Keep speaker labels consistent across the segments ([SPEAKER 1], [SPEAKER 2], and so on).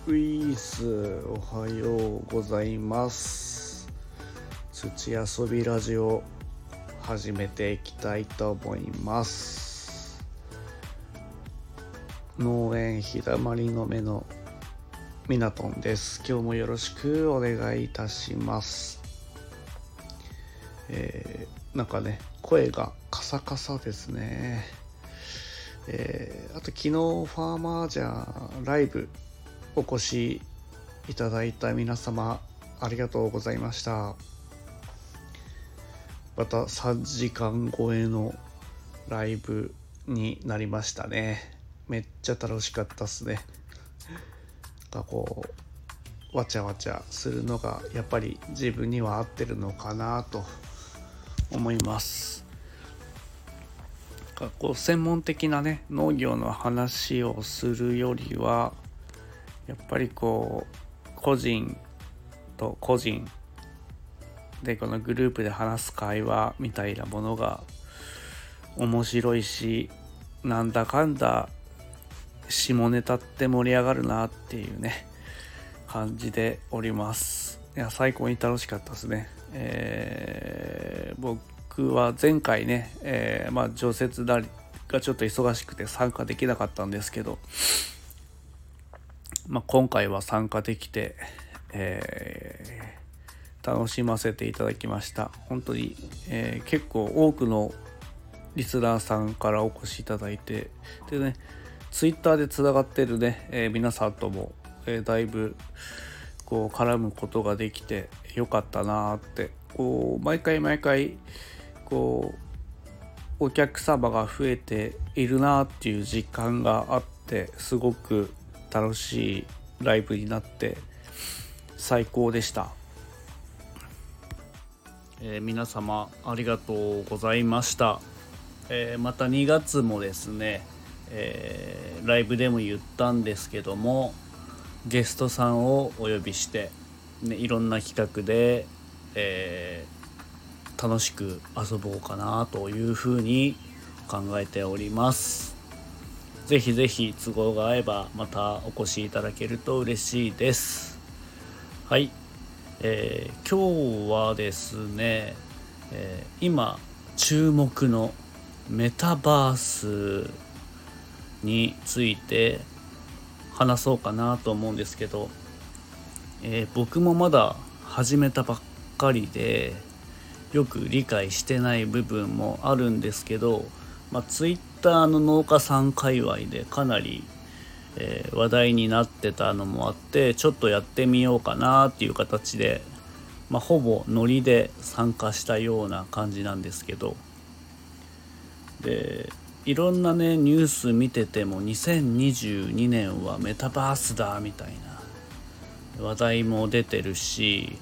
[SPEAKER 1] ウィースおはようございます。土遊びラジオ始めていきたいと思います。農園ひだまりの目のみなとんです。今日もよろしくお願いいたします。なんかね、声がカサカサですね。あと昨日ファーマージャーライブお越しいただいた皆様ありがとうございました。また3時間超えのライブになりましたね。めっちゃ楽しかったっすね。わちゃわちゃするのがやっぱり自分には合ってるのかなと思います。専門的なね農業の話をするよりはやっぱり個人と個人でこのグループで話す会話みたいなものが面白いし、なんだかんだ下ネタって盛り上がるなっていうね感じでおります。いや最高に楽しかったですね。僕は前回ね、常設がちょっと忙しくて参加できなかったんですけど、今回は参加できて、楽しませていただきました。本当に、結構多くのリスナーさんからお越しいただいて、でねツイッターでつながってるね、皆さんとも、だいぶ絡むことができてよかったなって、毎回お客様が増えているなっていう実感があって、すごく楽しいライブになって最高でした。皆様ありがとうございました。また2月もですね、ライブでも言ったんですけども、ゲストさんをお呼びして、いろんな企画で、楽しく遊ぼうかなというふうに考えております。ぜひぜひ都合が合えばまたお越しいただけると嬉しいです。はい、今日はですね、今注目のメタバースについて話そうかなと思うんですけど、僕もまだ始めたばっかりでよく理解してない部分もあるんですけど、ツイッターの農家さん界隈でかなり、話題になってたのもあって、ちょっとやってみようかなっていう形で、ほぼノリで参加したような感じなんですけど、でいろんなねニュース見てても2022年はメタバースだみたいな話題も出てるし、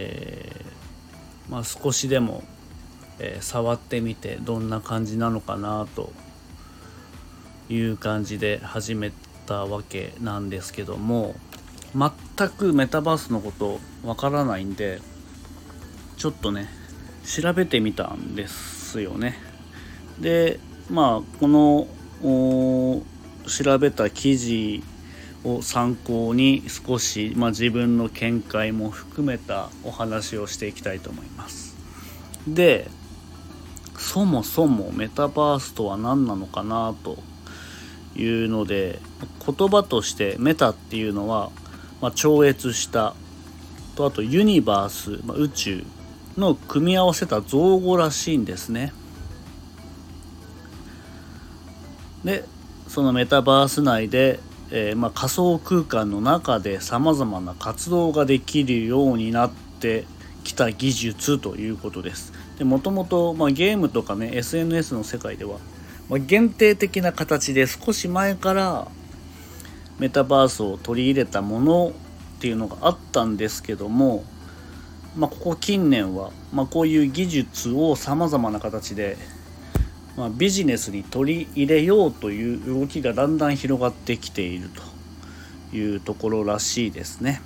[SPEAKER 1] 少しでも、触ってみてどんな感じなのかなという感じで始めたわけなんですけども、全くメタバースのことわからないんでちょっとね調べてみたんですよね。でこの調べた記事を参考に少し、自分の見解も含めたお話をしていきたいと思います。でそもそもメタバースとは何なのかなというので、言葉としてメタっていうのは、超越したと、あとユニバース、宇宙の組み合わせた造語らしいんですね。でそのメタバース内で、仮想空間の中でさまざまな活動ができるようになってきた技術ということです。でもともとゲームとかね SNS の世界では、限定的な形で少し前からメタバースを取り入れたものっていうのがあったんですけども、ここ近年は、こういう技術をさまざまな形でビジネスに取り入れようという動きがだんだん広がってきているというところらしいですね。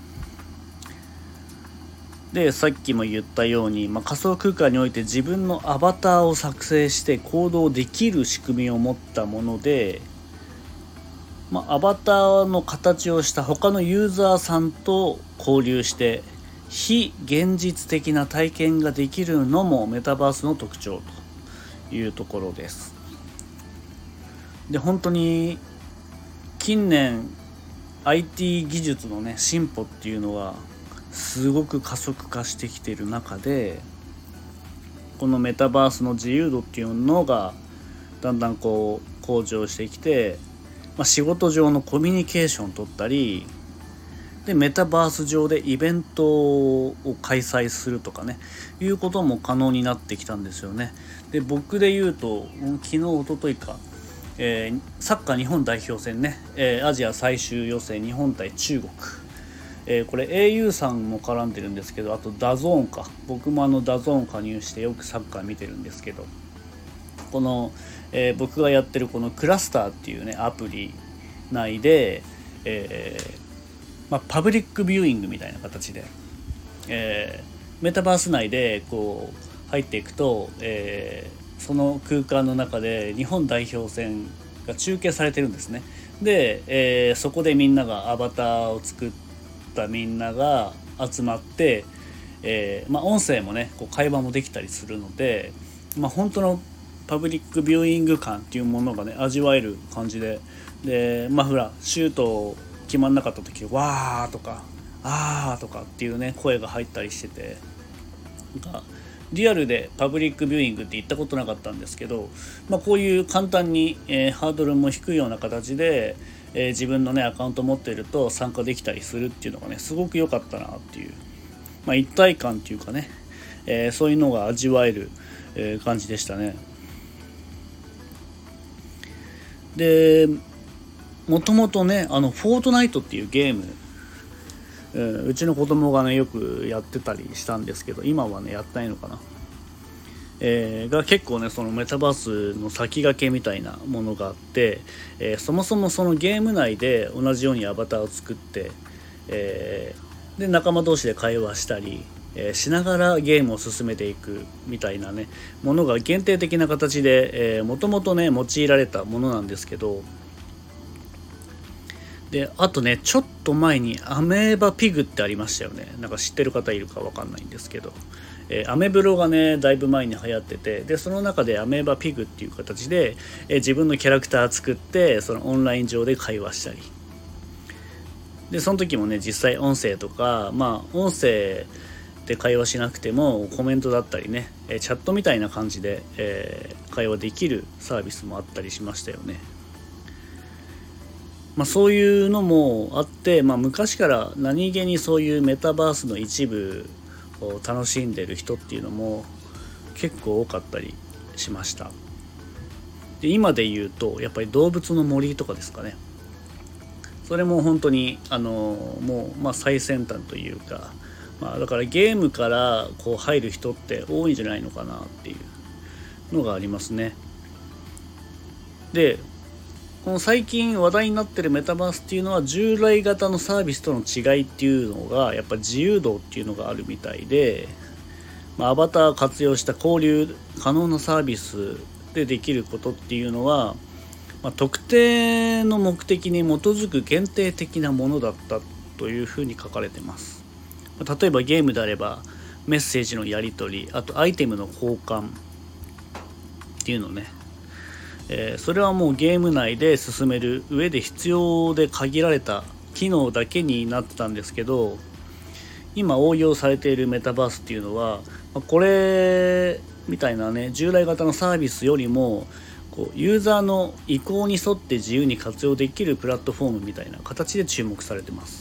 [SPEAKER 1] でさっきも言ったように、仮想空間において自分のアバターを作成して行動できる仕組みを持ったもので、 アバターの形をした他のユーザーさんと交流して非現実的な体験ができるのもメタバースの特徴というところです。で、本当に近年 IT 技術のね進歩っていうのはすごく加速化してきている中で、このメタバースの自由度っていうのがだんだん向上してきて、仕事上のコミュニケーションを取ったりで、メタバース上でイベントを開催するとかねいうことも可能になってきたんですよね。で、僕で言うと昨日一昨日か、サッカー日本代表戦ね、アジア最終予選日本対中国、これ au さんも絡んでるんですけど、あとダゾーンか、僕もダゾーン加入してよくサッカー見てるんですけど、この、僕がやってるこのクラスターっていうねアプリ内で、パブリックビューイングみたいな形で、メタバース内で入っていくと、その空間の中で日本代表戦が中継されてるんですね。で、そこでみんながアバターを作ったみんなが集まって、音声もね会話もできたりするので、本当のパブリックビューイング感っていうものがね味わえる感じで、ほらシュート決まんなかった時わーとかあーとかっていうね声が入ったりしてて、リアルでパブリックビューイングって言ったことなかったんですけど、こういう簡単に、ハードルも低いような形で、自分のねアカウント持っていると参加できたりするっていうのがねすごく良かったなっていう、一体感っていうかね、そういうのが味わえる、感じでしたね。で、もともとねフォートナイトっていうゲーム、うちの子供がねよくやってたりしたんですけど、今はねやってないのかな、が結構ねそのメタバースの先駆けみたいなものがあって、そもそもそのゲーム内で同じようにアバターを作って、で仲間同士で会話したり、しながらゲームを進めていくみたいなねものが限定的な形でもともとね用いられたものなんですけど、であとねちょっと前にアメーバピグってありましたよね。なんか知ってる方いるか分かんないんですけど、アメブロがねだいぶ前に流行ってて、でその中でアメーバピグっていう形で、自分のキャラクター作ってそのオンライン上で会話したりで、その時もね実際音声とか音声で会話しなくてもコメントだったりねチャットみたいな感じで、会話できるサービスもあったりしましたよね。そういうのもあって、昔から何気にそういうメタバースの一部を楽しんでる人っていうのも結構多かったりしました。で、今で言うとやっぱり動物の森とかですかね。それも本当にもう最先端というか、だからゲームから入る人って多いんじゃないのかなっていうのがありますね。で、この最近話題になってるメタバースっていうのは従来型のサービスとの違いっていうのがやっぱ自由度っていうのがあるみたいで、アバターを活用した交流可能なサービスでできることっていうのは、特定の目的に基づく限定的なものだったというふうに書かれてます。例えばゲームであればメッセージのやり取り、あとアイテムの交換っていうのね、それはもうゲーム内で進める上で必要で限られた機能だけになってたんですけど、今応用されているメタバースっていうのはこれみたいなね従来型のサービスよりもユーザーの意向に沿って自由に活用できるプラットフォームみたいな形で注目されてます。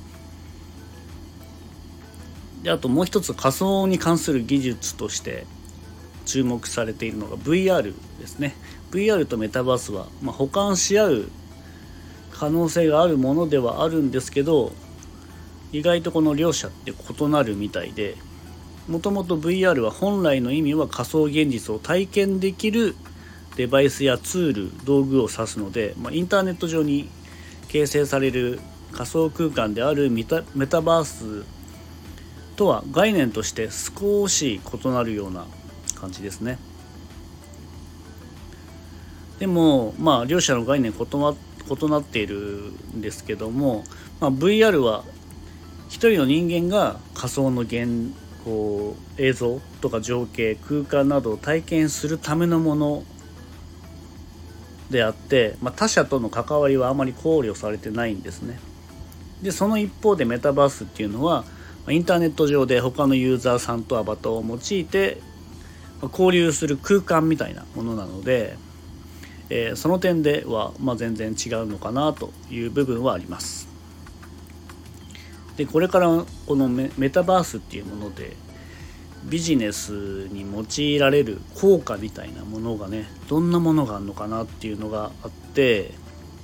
[SPEAKER 1] で、あともう一つ仮想に関する技術として注目されているのが VR ですね。 VR とメタバースは、補完し合う可能性があるものではあるんですけど、意外とこの両者って異なるみたいで、もともと VR は本来の意味は仮想現実を体験できるデバイスやツール道具を指すので、インターネット上に形成される仮想空間であるメタバースとは概念として少し異なるような感じですね。でも両者の概念異なっ異なっているんですけども、VR は一人の人間が仮想の映像とか情景、空間などを体験するためのものであって、他者との関わりはあまり考慮されてないんですね。でその一方でメタバースっていうのはインターネット上で他のユーザーさんとアバターを用いて交流する空間みたいなものなので、その点では全然違うのかなという部分はあります。でこれからこのメタバースっていうものでビジネスに用いられる効果みたいなものがね、どんなものがあるのかなっていうのがあって、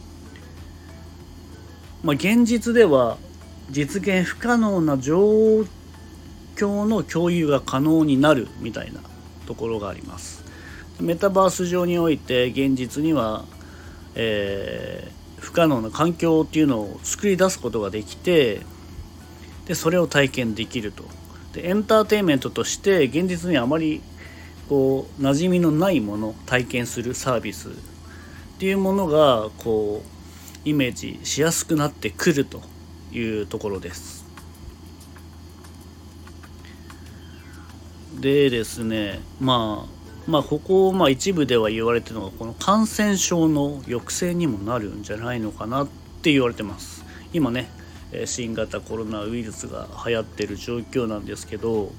[SPEAKER 1] 現実では実現不可能な状況の共有が可能になるみたいなところがあります。メタバース上において現実には、不可能な環境っていうのを作り出すことができて、でそれを体験できると。でエンターテインメントとして現実にあまり馴染みのないものを体験するサービスっていうものがイメージしやすくなってくるというところです。でですね、ここ一部では言われているのがこの感染症の抑制にもなるんじゃないのかなって言われてます。今ね、新型コロナウイルスが流行ってる状況なんですけど、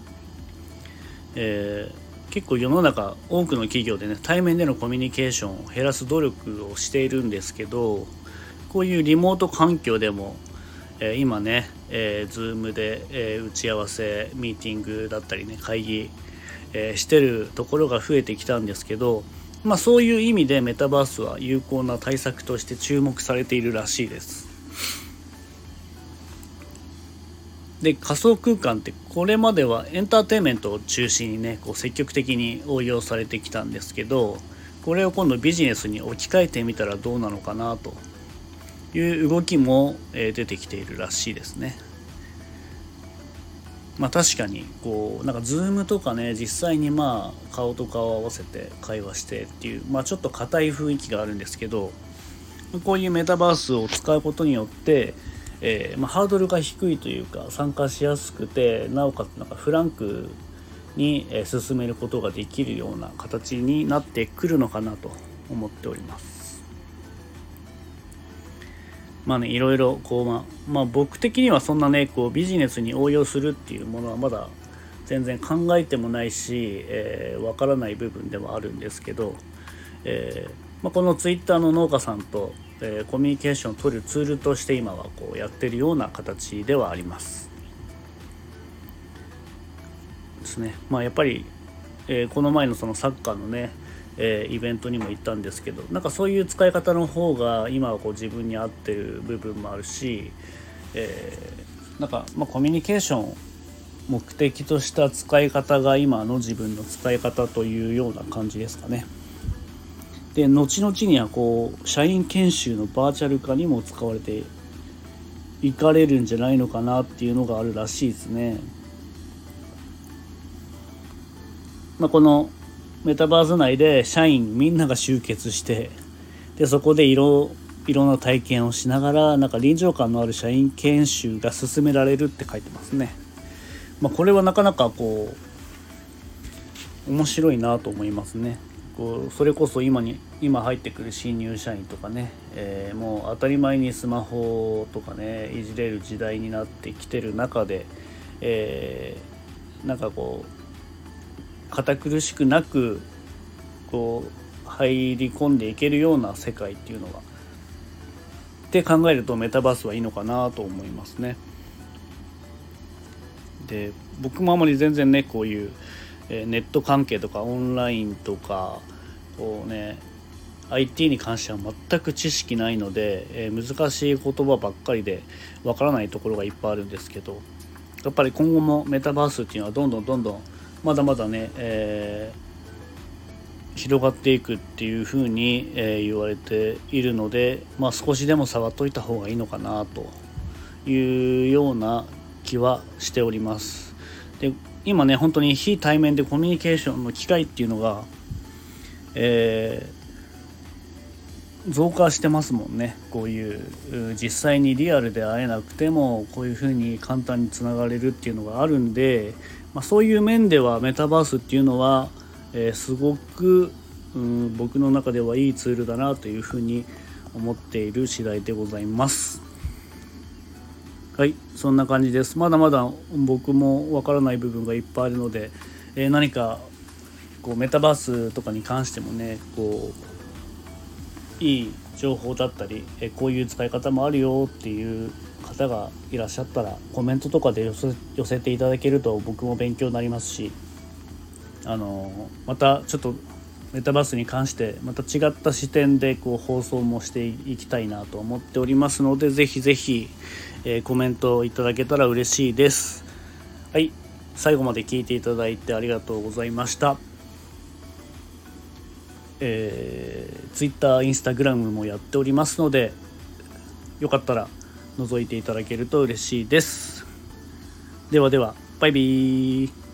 [SPEAKER 1] 結構世の中多くの企業でね、対面でのコミュニケーションを減らす努力をしているんですけど、こういうリモート環境でも、今ね、Zoom で、打ち合わせミーティングだったりね、会議、してるところが増えてきたんですけど、そういう意味でメタバースは有効な対策として注目されているらしいです。で仮想空間ってこれまではエンターテインメントを中心にね積極的に応用されてきたんですけど、これを今度ビジネスに置き換えてみたらどうなのかなという動きも出てきているらしいですね。確かにZoom とかね、実際に顔と顔を合わせて会話してっていう、ちょっと硬い雰囲気があるんですけど、こういうメタバースを使うことによってハードルが低いというか参加しやすくて、なおかつフランクに進めることができるような形になってくるのかなと思っております。いろいろ僕的にはそんなねビジネスに応用するっていうものはまだ全然考えてもないし、わからない部分ではあるんですけど、このツイッターの農家さんとコミュニケーションを取るツールとして今はやってるような形ではありますですね。やっぱり、この前のそのサッカーのね、イベントにも行ったんですけど、そういう使い方の方が今は自分に合ってる部分もあるし、コミュニケーションを目的とした使い方が今の自分の使い方というような感じですかね。で後々には社員研修のバーチャル化にも使われていかれるんじゃないのかなっていうのがあるらしいですね。このメタバース内で社員みんなが集結して、でそこでいろんな体験をしながら臨場感のある社員研修が進められるって書いてますね。これはなかなか面白いなと思いますね。それこそ今入ってくる新入社員とかね、もう当たり前にスマホとかねいじれる時代になってきてる中で、堅苦しくなく入り込んでいけるような世界っていうのがって考えるとメタバースはいいのかなと思いますね。で僕もあまり全然ねこういうネット関係とかオンラインとかIT に関しては全く知識ないので、難しい言葉ばっかりでわからないところがいっぱいあるんですけど、やっぱり今後もメタバースっていうのはどんどんまだまだね、広がっていくっていうふうに、言われているので、少しでも触っといた方がいいのかなというような気はしております。で今ね本当に非対面でコミュニケーションの機会っていうのが、 増加してますもんね。こういう実際にリアルで会えなくてもこういう風に簡単につながれるっていうのがあるんで、そういう面ではメタバースっていうのは、すごく僕の中ではいいツールだなという風に思っている次第でございます。はい、そんな感じです。まだまだ僕もわからない部分がいっぱいあるので、何かこうメタバースとかに関してもね、こういい情報だったり、こういう使い方もあるよっていう方がいらっしゃったらコメントとかで寄せていただけると僕も勉強になりますし、またちょっとメタバースに関してまた違った視点でこう放送もしていきたいなと思っておりますので、ぜひぜひ、コメントいただけたら嬉しいです。はい、最後まで聞いていただいてありがとうございました。Twitter、Instagram もやっておりますので、よかったら覗いていただけると嬉しいです。ではでは、バイビー。